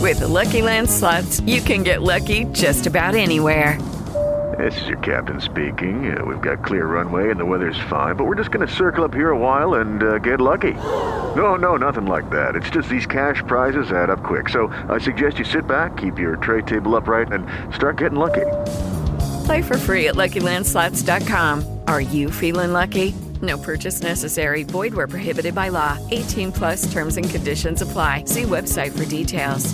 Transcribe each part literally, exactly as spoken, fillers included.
With the Lucky Land Slots, you can get lucky just about anywhere. This is your captain speaking. Uh, we've got clear runway and the weather's fine, but we're just going to circle up here a while and uh, get lucky. No, no, nothing like that. It's just these cash prizes add up quick. So I suggest you sit back, keep your tray table upright, and start getting lucky. Play for free at Lucky Land Slots dot com. Are you feeling lucky? No purchase necessary. Void where prohibited by law. eighteen plus terms and conditions apply. See website for details.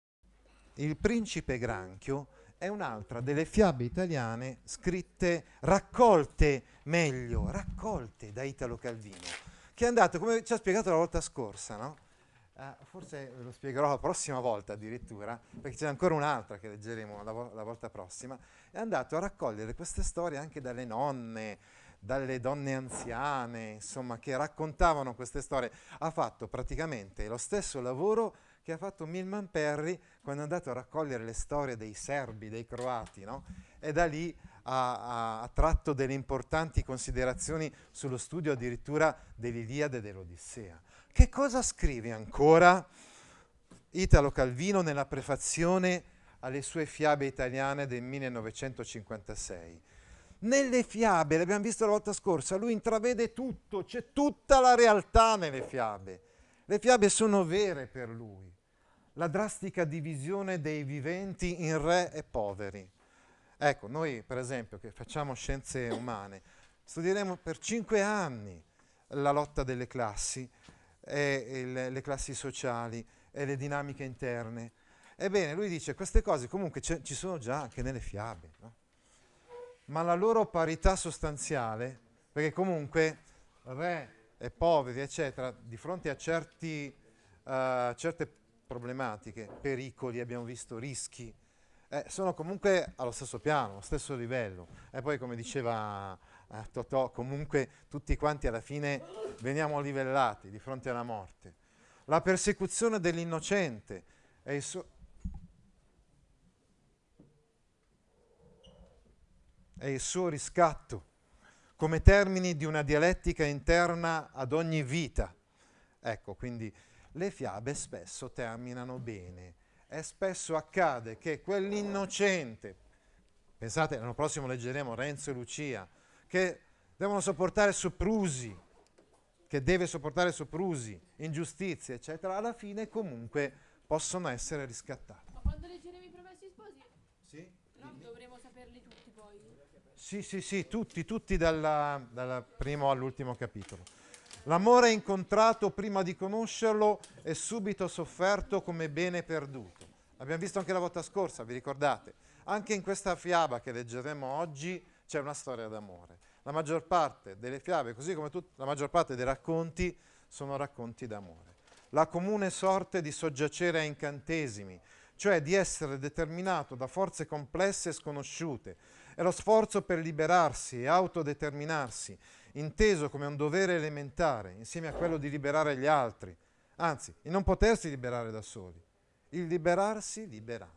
Il principe granchio è un'altra delle fiabe italiane scritte, raccolte meglio, raccolte da Italo Calvino, che è andato, come ci ha spiegato la volta scorsa, no? Uh, forse ve lo spiegherò la prossima volta addirittura, perché c'è ancora un'altra che leggeremo la, vo- la volta prossima. È andato a raccogliere queste storie anche dalle nonne, dalle donne anziane, insomma, che raccontavano queste storie. Ha fatto praticamente lo stesso lavoro che ha fatto Milman Perry quando è andato a raccogliere le storie dei serbi, dei croati, no? E da lì ha, ha, ha tratto delle importanti considerazioni sullo studio addirittura dell'Iliade e dell'Odissea. Che cosa scrive ancora Italo Calvino nella prefazione alle sue fiabe italiane del millenovecentocinquantasei? Nelle fiabe, l'abbiamo visto la volta scorsa, lui intravede tutto, c'è tutta la realtà nelle fiabe. Le fiabe sono vere per lui. La drastica divisione dei viventi in re e poveri. Ecco, noi per esempio che facciamo scienze umane, studieremo per cinque anni la lotta delle classi, e, e le, le classi sociali e le dinamiche interne. Ebbene, lui dice queste cose comunque ci sono già anche nelle fiabe, no? Ma la loro parità sostanziale, perché comunque re e poveri, eccetera, di fronte a certi, uh, certe problematiche, pericoli, abbiamo visto, rischi, eh, sono comunque allo stesso piano, allo stesso livello. E poi, come diceva eh, Totò, comunque tutti quanti alla fine veniamo livellati di fronte alla morte. La persecuzione dell'innocente è il suo... è il suo riscatto, come termini di una dialettica interna ad ogni vita. Ecco, quindi le fiabe spesso terminano bene e spesso accade che quell'innocente, pensate, l'anno prossimo leggeremo Renzo e Lucia, che devono sopportare soprusi, che deve sopportare soprusi, ingiustizie, eccetera, alla fine comunque possono essere riscattati. Ma quando leggeremo i Promessi Sposi? Sì? No, dovremo saperli tutti poi. Sì, sì, sì, tutti, tutti dal dal primo all'ultimo capitolo. L'amore incontrato prima di conoscerlo è subito sofferto come bene perduto. L'abbiamo visto anche la volta scorsa, vi ricordate? Anche in questa fiaba che leggeremo oggi c'è una storia d'amore. La maggior parte delle fiabe, così come tut- la maggior parte dei racconti, sono racconti d'amore. La comune sorte di soggiacere a incantesimi, cioè di essere determinato da forze complesse e sconosciute, è lo sforzo per liberarsi e autodeterminarsi, inteso come un dovere elementare, insieme a quello di liberare gli altri, anzi, il non potersi liberare da soli, il liberarsi liberando.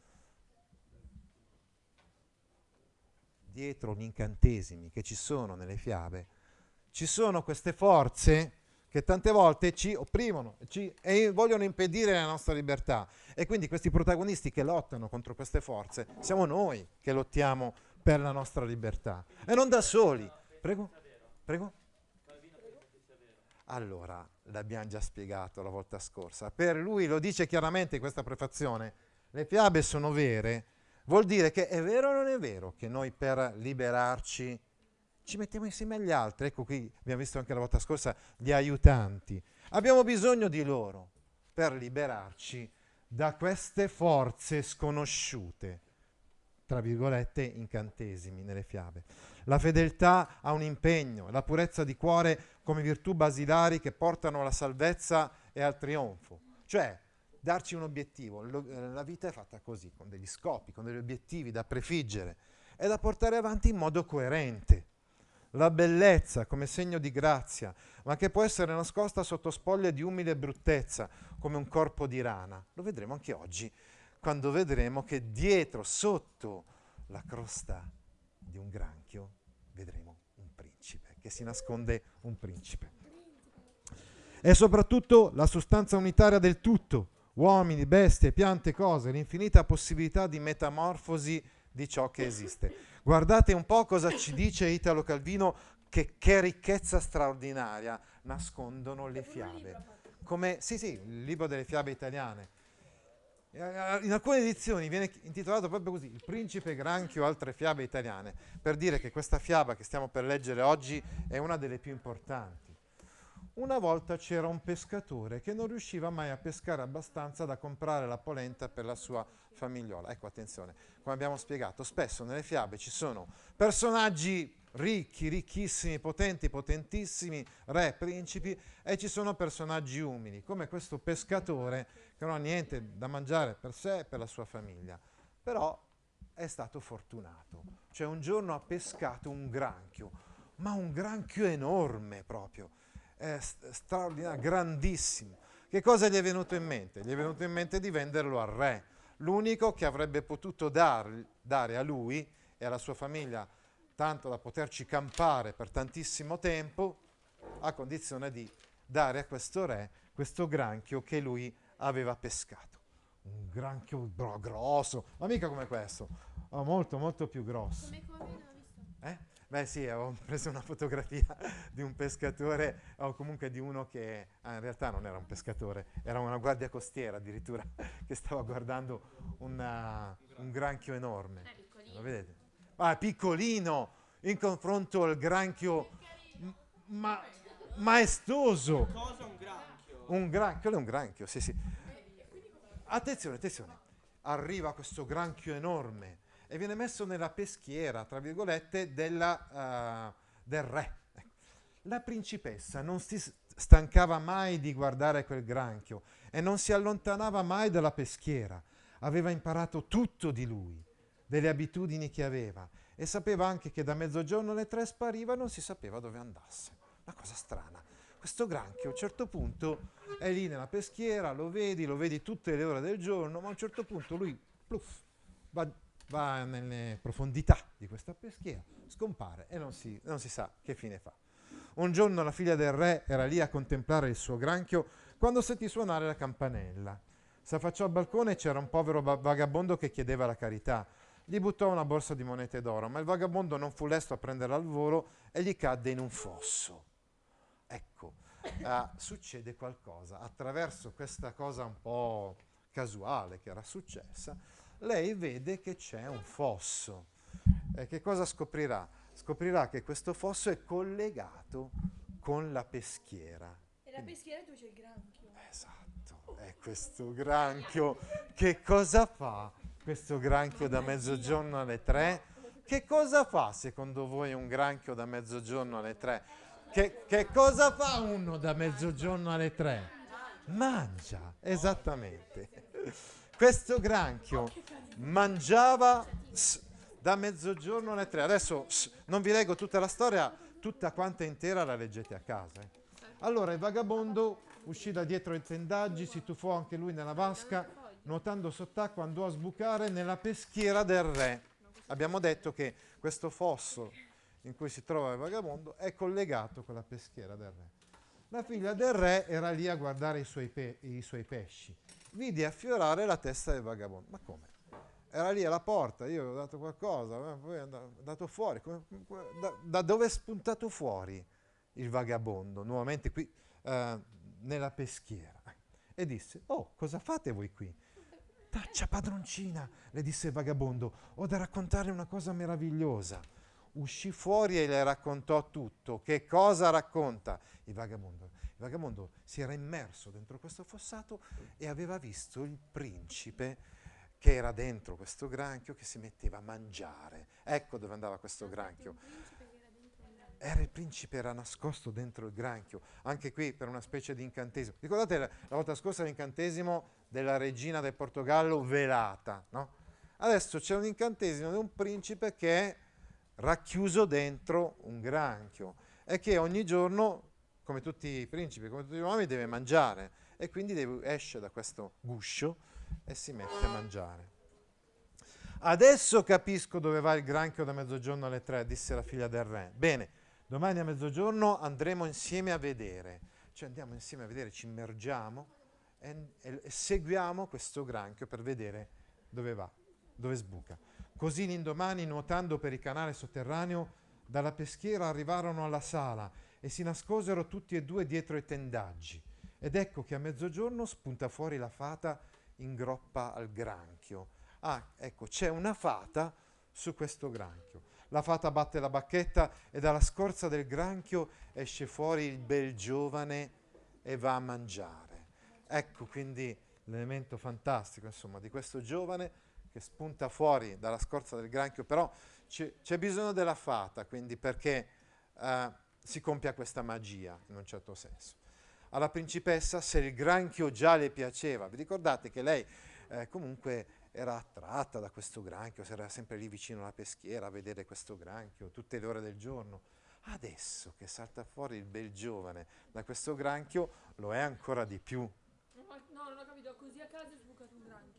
Dietro gli incantesimi che ci sono nelle fiabe, ci sono queste forze che tante volte ci opprimono ci, e vogliono impedire la nostra libertà. E quindi questi protagonisti che lottano contro queste forze siamo noi che lottiamo per la nostra libertà. E non da soli. Prego? Prego? Allora, l'abbiamo già spiegato la volta scorsa. Per lui, lo dice chiaramente in questa prefazione, le fiabe sono vere, vuol dire che è vero o non è vero che noi per liberarci ci mettiamo insieme agli altri. Ecco qui, abbiamo visto anche la volta scorsa, gli aiutanti. Abbiamo bisogno di loro per liberarci da queste forze sconosciute, tra virgolette incantesimi nelle fiabe. La fedeltà ha un impegno, la purezza di cuore come virtù basilari che portano alla salvezza e al trionfo. Cioè, darci un obiettivo. Lo, la vita è fatta così, con degli scopi, con degli obiettivi da prefiggere e da portare avanti in modo coerente. La bellezza come segno di grazia, ma che può essere nascosta sotto spoglie di umile bruttezza, come un corpo di rana. Lo vedremo anche oggi, quando vedremo che dietro, sotto la crosta di un granchio, vedremo un principe, che si nasconde un principe. È soprattutto la sostanza unitaria del tutto, uomini, bestie, piante, cose, l'infinita possibilità di metamorfosi di ciò che esiste. Guardate un po' cosa ci dice Italo Calvino, che, che ricchezza straordinaria nascondono le fiabe. Come, sì, sì, il libro delle fiabe italiane. In alcune edizioni viene intitolato proprio così, Il principe granchio, altre fiabe italiane, per dire che questa fiaba che stiamo per leggere oggi è una delle più importanti. Una volta c'era un pescatore che non riusciva mai a pescare abbastanza da comprare la polenta per la sua famigliola. Ecco, attenzione, come abbiamo spiegato, spesso nelle fiabe ci sono personaggi ricchi, ricchissimi, potenti, potentissimi, re, principi, e ci sono personaggi umili, come questo pescatore che non ha niente da mangiare per sé e per la sua famiglia, però è stato fortunato. Cioè un giorno ha pescato un granchio, ma un granchio enorme proprio, eh, straordinario, grandissimo. Che cosa gli è venuto in mente? Gli è venuto in mente di venderlo al re, l'unico che avrebbe potuto dar, dare a lui e alla sua famiglia tanto da poterci campare per tantissimo tempo, a condizione di dare a questo re questo granchio che lui aveva pescato. Un granchio bro, grosso, ma mica come questo, ma molto molto più grosso. Come come l'ho visto? Eh? Beh sì, avevo preso una fotografia di un pescatore, o comunque di uno che ah, in realtà non era un pescatore, era una guardia costiera addirittura, che stava guardando una, un granchio enorme. È piccolino. Lo vedete? Ah, piccolino in confronto al granchio m- ma maestoso. Cosa un granchio? Un granchio, quello è un granchio, sì sì. Attenzione, attenzione. Arriva questo granchio enorme e viene messo nella peschiera, tra virgolette, della, uh, del re. Ecco. La principessa non si stancava mai di guardare quel granchio e non si allontanava mai dalla peschiera. Aveva imparato tutto di lui, delle abitudini che aveva, e sapeva anche che da mezzogiorno alle tre spariva e non si sapeva dove andasse. Una cosa strana. Questo granchio a un certo punto è lì nella peschiera, lo vedi, lo vedi tutte le ore del giorno, ma a un certo punto lui pluff, va, va nelle profondità di questa peschiera, scompare e non si, non si sa che fine fa. Un giorno la figlia del re era lì a contemplare il suo granchio quando sentì suonare la campanella. Si affacciò al balcone e c'era un povero va- vagabondo che chiedeva la carità. Gli buttò una borsa di monete d'oro, ma il vagabondo non fu lesto a prenderla al volo e gli cadde in un fosso. Ecco, eh, succede qualcosa. Attraverso questa cosa un po' casuale che era successa, lei vede che c'è un fosso. E che cosa scoprirà? Scoprirà che questo fosso è collegato con la peschiera. E la peschiera dove c'è il granchio. Esatto, è questo granchio. Che cosa fa questo granchio da mezzogiorno alle tre? Che cosa fa secondo voi un granchio da mezzogiorno alle tre? Che, che cosa fa uno da mezzogiorno alle tre? Mangia, esattamente. Questo granchio mangiava s- da mezzogiorno alle tre. Adesso s- non vi leggo tutta la storia, tutta quanta intera la leggete a casa. eh. Allora il vagabondo uscì da dietro i tendaggi, si tuffò anche lui nella vasca, nuotando sott'acqua andò a sbucare nella peschiera del re. Abbiamo detto che questo fosso in cui si trova il vagabondo è collegato con la peschiera del re. La figlia del re era lì a guardare i suoi, pe- i suoi pesci. Vide affiorare la testa del vagabondo. Ma come? Era lì alla porta, io ho dato qualcosa, poi è andato fuori. Come- da, da dove è spuntato fuori il vagabondo? Nuovamente qui eh, nella peschiera. E disse: oh, cosa fate voi qui? Taccia padroncina, le disse il vagabondo, ho da raccontarle una cosa meravigliosa. Uscì fuori e le raccontò tutto. Che cosa racconta il vagabondo? Il vagabondo si era immerso dentro questo fossato e aveva visto il principe che era dentro questo granchio che si metteva a mangiare. Ecco dove andava questo granchio. Era il principe, era nascosto dentro il granchio, anche qui per una specie di incantesimo. Ricordate la, la volta scorsa l'incantesimo della regina del Portogallo velata, no? Adesso c'è un incantesimo di un principe che è racchiuso dentro un granchio e che ogni giorno, come tutti i principi, come tutti gli uomini, deve mangiare e quindi deve, esce da questo guscio e si mette a mangiare. Adesso capisco dove va il granchio da mezzogiorno alle tre, disse la figlia del re. Bene. Domani a mezzogiorno andremo insieme a vedere, cioè andiamo insieme a vedere, ci immergiamo e, e, e seguiamo questo granchio per vedere dove va, dove sbuca. Così l'indomani, nuotando per il canale sotterraneo, dalla peschiera arrivarono alla sala e si nascosero tutti e due dietro i tendaggi. Ed ecco che a mezzogiorno spunta fuori la fata in groppa al granchio. Ah, ecco, c'è una fata su questo granchio. La fata batte la bacchetta e dalla scorza del granchio esce fuori il bel giovane e va a mangiare. Ecco quindi l'elemento fantastico, insomma, di questo giovane che spunta fuori dalla scorza del granchio, però c'è, c'è bisogno della fata, quindi perché uh, si compia questa magia, in un certo senso. Alla principessa, se il granchio già le piaceva, vi ricordate che lei eh, comunque era attratta da questo granchio, era sempre lì vicino alla peschiera a vedere questo granchio tutte le ore del giorno. Adesso che salta fuori il bel giovane da questo granchio, lo è ancora di più. No, no, non ho capito, così a caso è sbucato un granchio.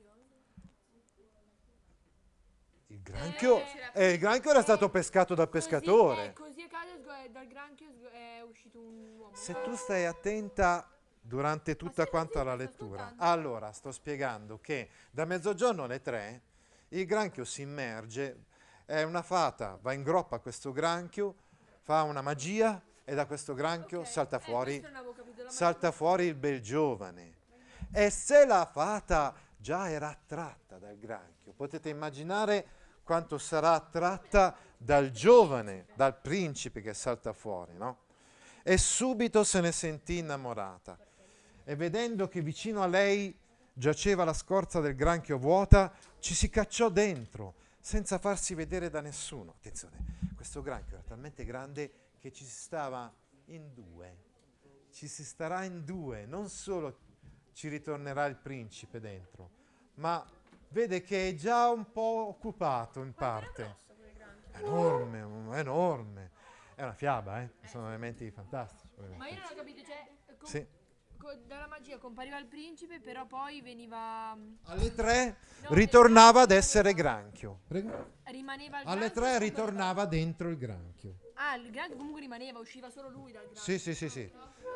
Il granchio, eh, il granchio era stato pescato dal pescatore. Così, eh, così a caso sgo- dal granchio sgo- è uscito un uomo. Se tu stai attenta durante tutta sì, quanta sì, la sto lettura, ascoltando. allora sto spiegando che da mezzogiorno alle tre il granchio si immerge, è una fata, va in groppa a questo granchio, fa una magia e da questo granchio Ok, salta eh, fuori, questo non avevo capito, la salta fuori il bel giovane. E se la fata già era attratta dal granchio, potete immaginare quanto sarà attratta dal giovane, dal principe che salta fuori, no? E subito se ne sentì innamorata. E vedendo che vicino a lei giaceva la scorza del granchio vuota, ci si cacciò dentro, senza farsi vedere da nessuno. Attenzione, questo granchio era talmente grande che ci si stava in due. Ci si starà in due, non solo ci ritornerà il principe dentro, ma vede che è già un po' occupato in parte. È enorme, enorme. È una fiaba, eh? Sono elementi fantastici. Ma io non ho capito, cioè, com- Sì. co- dalla magia compariva il principe, però poi veniva... Alle tre No, ritornava ad rimaneva- essere granchio. Prego? Rimaneva il Alle granchio, tre come- ritornava dentro il granchio. Ah, il granchio comunque rimaneva, usciva solo lui dal granchio. Sì, sì, sì, sì.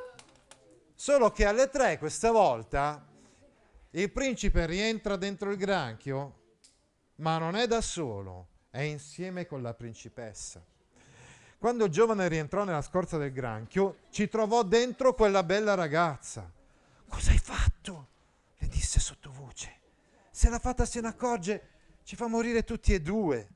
Solo che alle tre questa volta il principe rientra dentro il granchio, ma non è da solo, è insieme con la principessa. Quando il giovane rientrò nella scorza del granchio, ci trovò dentro quella bella ragazza. Cosa hai fatto? Le disse sottovoce. Se la fata se ne accorge, ci fa morire tutti e due.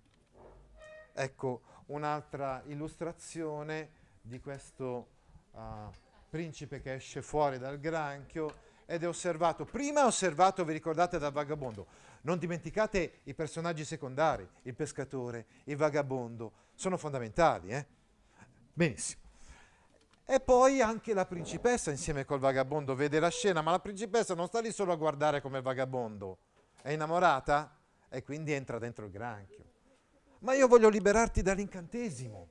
Ecco un'altra illustrazione di questo uh, principe che esce fuori dal granchio ed è osservato. Prima è osservato, vi ricordate, dal vagabondo. Non dimenticate i personaggi secondari, il pescatore, il vagabondo, sono fondamentali, eh? Benissimo. E poi anche la principessa insieme col vagabondo vede la scena, ma la principessa non sta lì solo a guardare come il vagabondo, è innamorata e quindi entra dentro il granchio. Ma io voglio liberarti dall'incantesimo,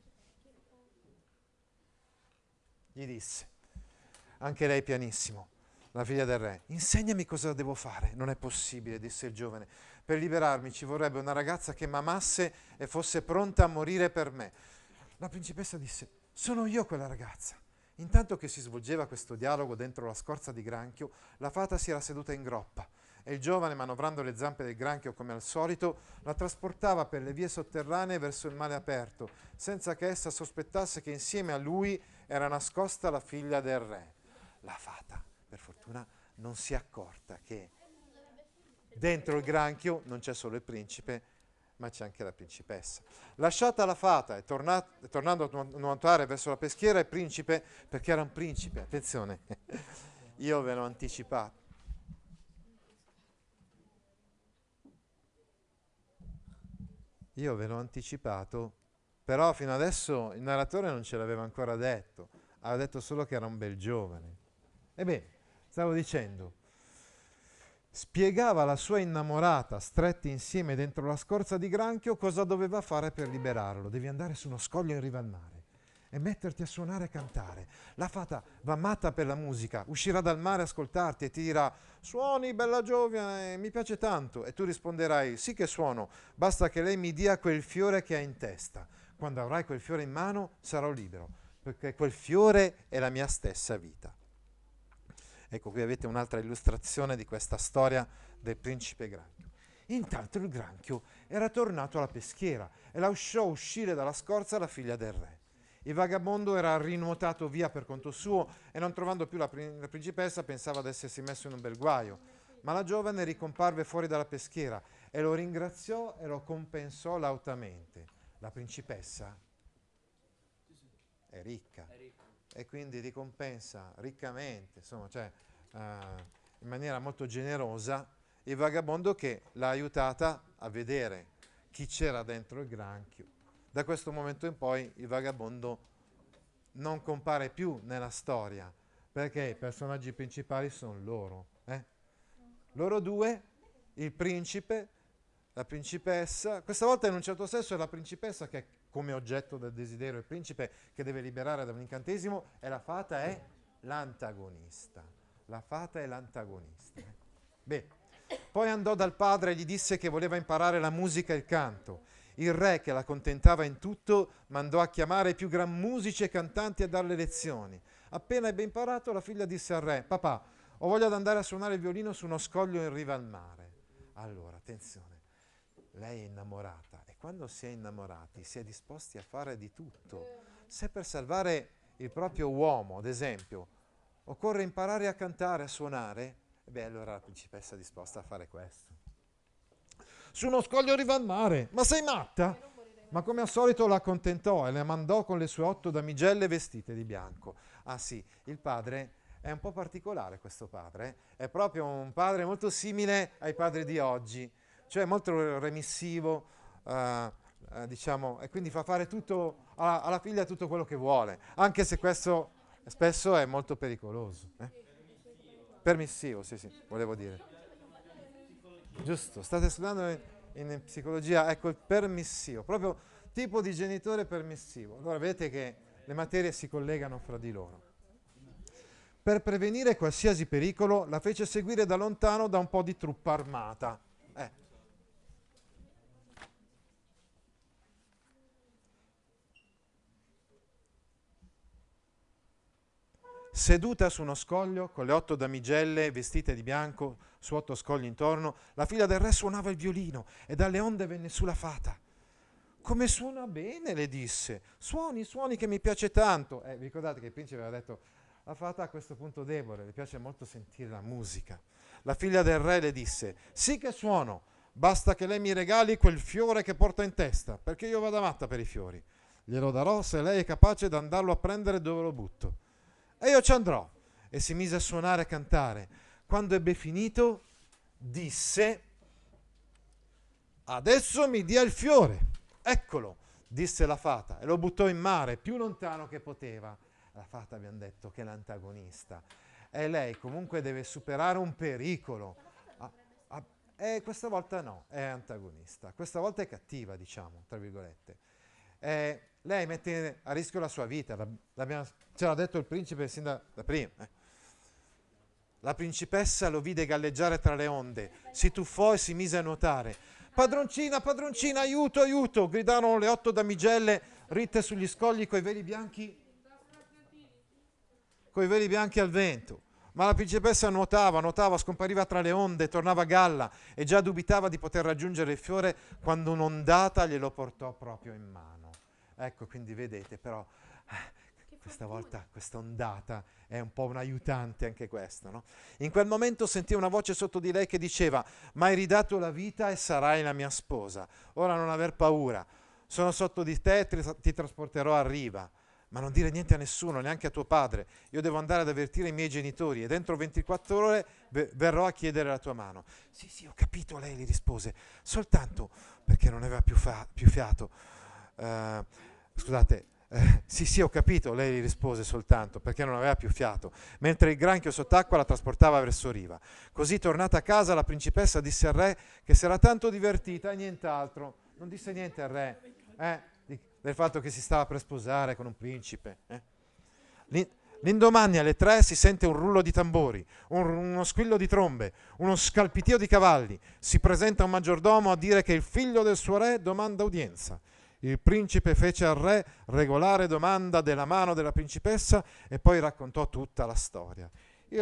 gli disse. Anche lei pianissimo, la figlia del re. Insegnami cosa devo fare. Non è possibile, disse il giovane. Per liberarmi ci vorrebbe una ragazza che m'amasse e fosse pronta a morire per me. La principessa disse, sono io quella ragazza. Intanto che si svolgeva questo dialogo dentro la scorza di granchio, la fata si era seduta in groppa e il giovane, manovrando le zampe del granchio come al solito, la trasportava per le vie sotterranee verso il mare aperto, senza che essa sospettasse che insieme a lui era nascosta la figlia del re. La fata, per fortuna, non si è accorta che dentro il granchio non c'è solo il principe, ma c'è anche la principessa. Lasciata la fata e torna- tornando a nu- nuotare verso la peschiera, il principe, perché era un principe, attenzione, io ve l'ho anticipato. Io ve l'ho anticipato, però fino adesso il narratore non ce l'aveva ancora detto, aveva detto solo che era un bel giovane. Ebbene, stavo dicendo, spiegava alla sua innamorata, stretti insieme dentro la scorza di granchio, cosa doveva fare per liberarlo. Devi andare su uno scoglio in riva al mare e metterti a suonare e cantare. La fata va matta per la musica, uscirà dal mare a ascoltarti e ti dirà suoni bella giovane, mi piace tanto, e tu risponderai sì che suono, basta che lei mi dia quel fiore che ha in testa. Quando avrai quel fiore in mano sarò libero, perché quel fiore è la mia stessa vita. Ecco, qui avete un'altra illustrazione di questa storia del principe granchio. Intanto il granchio era tornato alla peschiera e lasciò uscire dalla scorza la figlia del re. Il vagabondo era rinuotato via per conto suo e non trovando più la, prin- la principessa pensava di essersi messo in un bel guaio. Ma la giovane ricomparve fuori dalla peschiera e lo ringraziò e lo compensò lautamente. La principessa è ricca e quindi ricompensa riccamente, insomma, cioè uh, in maniera molto generosa il vagabondo che l'ha aiutata a vedere chi c'era dentro il granchio. Da questo momento in poi il vagabondo non compare più nella storia, perché i personaggi principali sono loro. Eh? Loro due, il principe, la principessa. Questa volta in un certo senso è la principessa che è come oggetto del desiderio, il principe che deve liberare da un incantesimo, e la fata è l'antagonista. La fata è l'antagonista. Eh? Beh, poi andò dal padre e gli disse che voleva imparare la musica e il canto. Il re, che la contentava in tutto, mandò a chiamare i più gran musici e cantanti a darle lezioni. Appena ebbe imparato, la figlia disse al re: papà, ho voglia di andare a suonare il violino su uno scoglio in riva al mare. Allora, attenzione, lei è innamorata e quando si è innamorati si è disposti a fare di tutto. Se per salvare il proprio uomo, ad esempio, occorre imparare a cantare, a suonare, beh, allora la principessa è disposta a fare questo. Su uno scoglio riva al mare, ma sei matta? Ma come al solito la accontentò e le mandò con le sue otto damigelle vestite di bianco. Ah sì, il padre è un po' particolare, questo padre, è proprio un padre molto simile ai padri di oggi, cioè molto remissivo, eh, eh, diciamo, e quindi fa fare tutto alla, alla figlia tutto quello che vuole, anche se questo spesso è molto pericoloso. Eh? Permissivo, sì, sì, volevo dire. Giusto, state studiando in, in psicologia, ecco il permissivo, proprio tipo di genitore permissivo. Allora vedete che le materie si collegano fra di loro. Per prevenire qualsiasi pericolo la fece seguire da lontano da un po' di truppa armata. Eh. Seduta su uno scoglio, con le otto damigelle vestite di bianco, su otto scogli intorno, la figlia del re suonava il violino e dalle onde venne su la fata. Come suona bene, le disse. Suoni, suoni che mi piace tanto. Eh, vi ricordate che il principe aveva detto, la fata ha questo punto debole, le piace molto sentire la musica. La figlia del re le disse, sì che suono, basta che lei mi regali quel fiore che porta in testa, perché io vado matta per i fiori. Glielo darò se lei è capace di andarlo a prendere dove lo butto. E io ci andrò. E si mise a suonare e a cantare. Quando ebbe finito, disse, adesso mi dia il fiore. Eccolo, disse la fata, e lo buttò in mare, più lontano che poteva. La fata, abbiamo detto, che è l'antagonista. E lei comunque deve superare un pericolo. Ah, ah, e questa volta no, è antagonista. Questa volta è cattiva, diciamo, tra virgolette. Eh, lei mette a rischio la sua vita, ce l'ha detto il principe sin da, da prima. Eh. La principessa lo vide galleggiare tra le onde, si tuffò e si mise a nuotare. Padroncina, padroncina, aiuto, aiuto! Gridarono le otto damigelle ritte sugli scogli coi veli bianchi, coi veli bianchi al vento. Ma la principessa nuotava, nuotava, scompariva tra le onde, tornava a galla e già dubitava di poter raggiungere il fiore quando un'ondata glielo portò proprio in mano. Ecco, quindi vedete, però eh, questa volta questa ondata è un po' un aiutante anche questa, no? In quel momento sentì una voce sotto di lei che diceva, m'hai ridato la vita e sarai la mia sposa. Ora non aver paura, sono sotto di te e ti, ti trasporterò a riva. Ma non dire niente a nessuno, neanche a tuo padre. Io devo andare ad avvertire i miei genitori e dentro ventiquattro ore v- verrò a chiedere la tua mano. Sì, sì, ho capito, lei gli rispose, soltanto perché non aveva più, fa- più fiato. Uh, scusate, eh, sì, sì, ho capito, lei gli rispose soltanto perché non aveva più fiato, mentre il granchio sott'acqua la trasportava verso riva. Così, tornata a casa, la principessa disse al re che si era tanto divertita e nient'altro. Non disse niente al re, eh? del fatto che si stava per sposare con un principe. Eh? L'indomani alle tre si sente un rullo di tambori, un, uno squillo di trombe, uno scalpitio di cavalli. Si presenta un maggiordomo a dire che il figlio del suo re domanda udienza. Il principe fece al re regolare domanda della mano della principessa e poi raccontò tutta la storia. Il re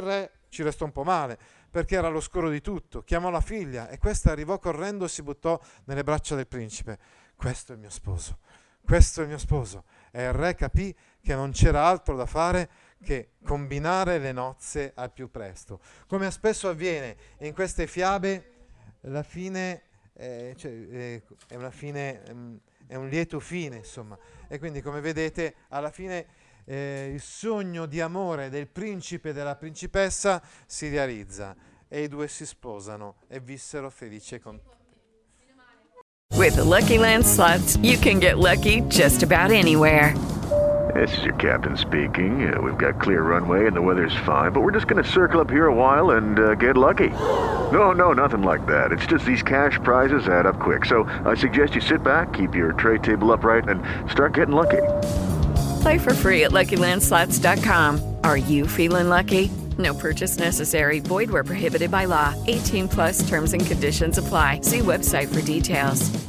ci restò un po' male, perché era all'oscuro di tutto. Chiamò la figlia e questa arrivò correndo e si buttò nelle braccia del principe. Questo è il mio sposo, questo è il mio sposo. E il re capì che non c'era altro da fare che combinare le nozze al più presto. Come spesso avviene in queste fiabe, la fine, eh, cioè, eh, è una fine, ehm, è un lieto fine, insomma. E quindi, come vedete, alla fine eh, il sogno di amore del principe e della principessa si realizza e i due si sposano e vissero felici e contenti. With the Lucky Land Slots, you can get lucky just about anywhere. This is your captain speaking. Uh, we've got clear runway and the weather's fine, but we're just going to circle up here a while and uh, get lucky. No, no, nothing like that. It's just these cash prizes add up quick. So I suggest you sit back, keep your tray table upright, and start getting lucky. Play for free at Lucky Land Slots dot com. Are you feeling lucky? No purchase necessary. Void where prohibited by law. eighteen plus terms and conditions apply. See website for details.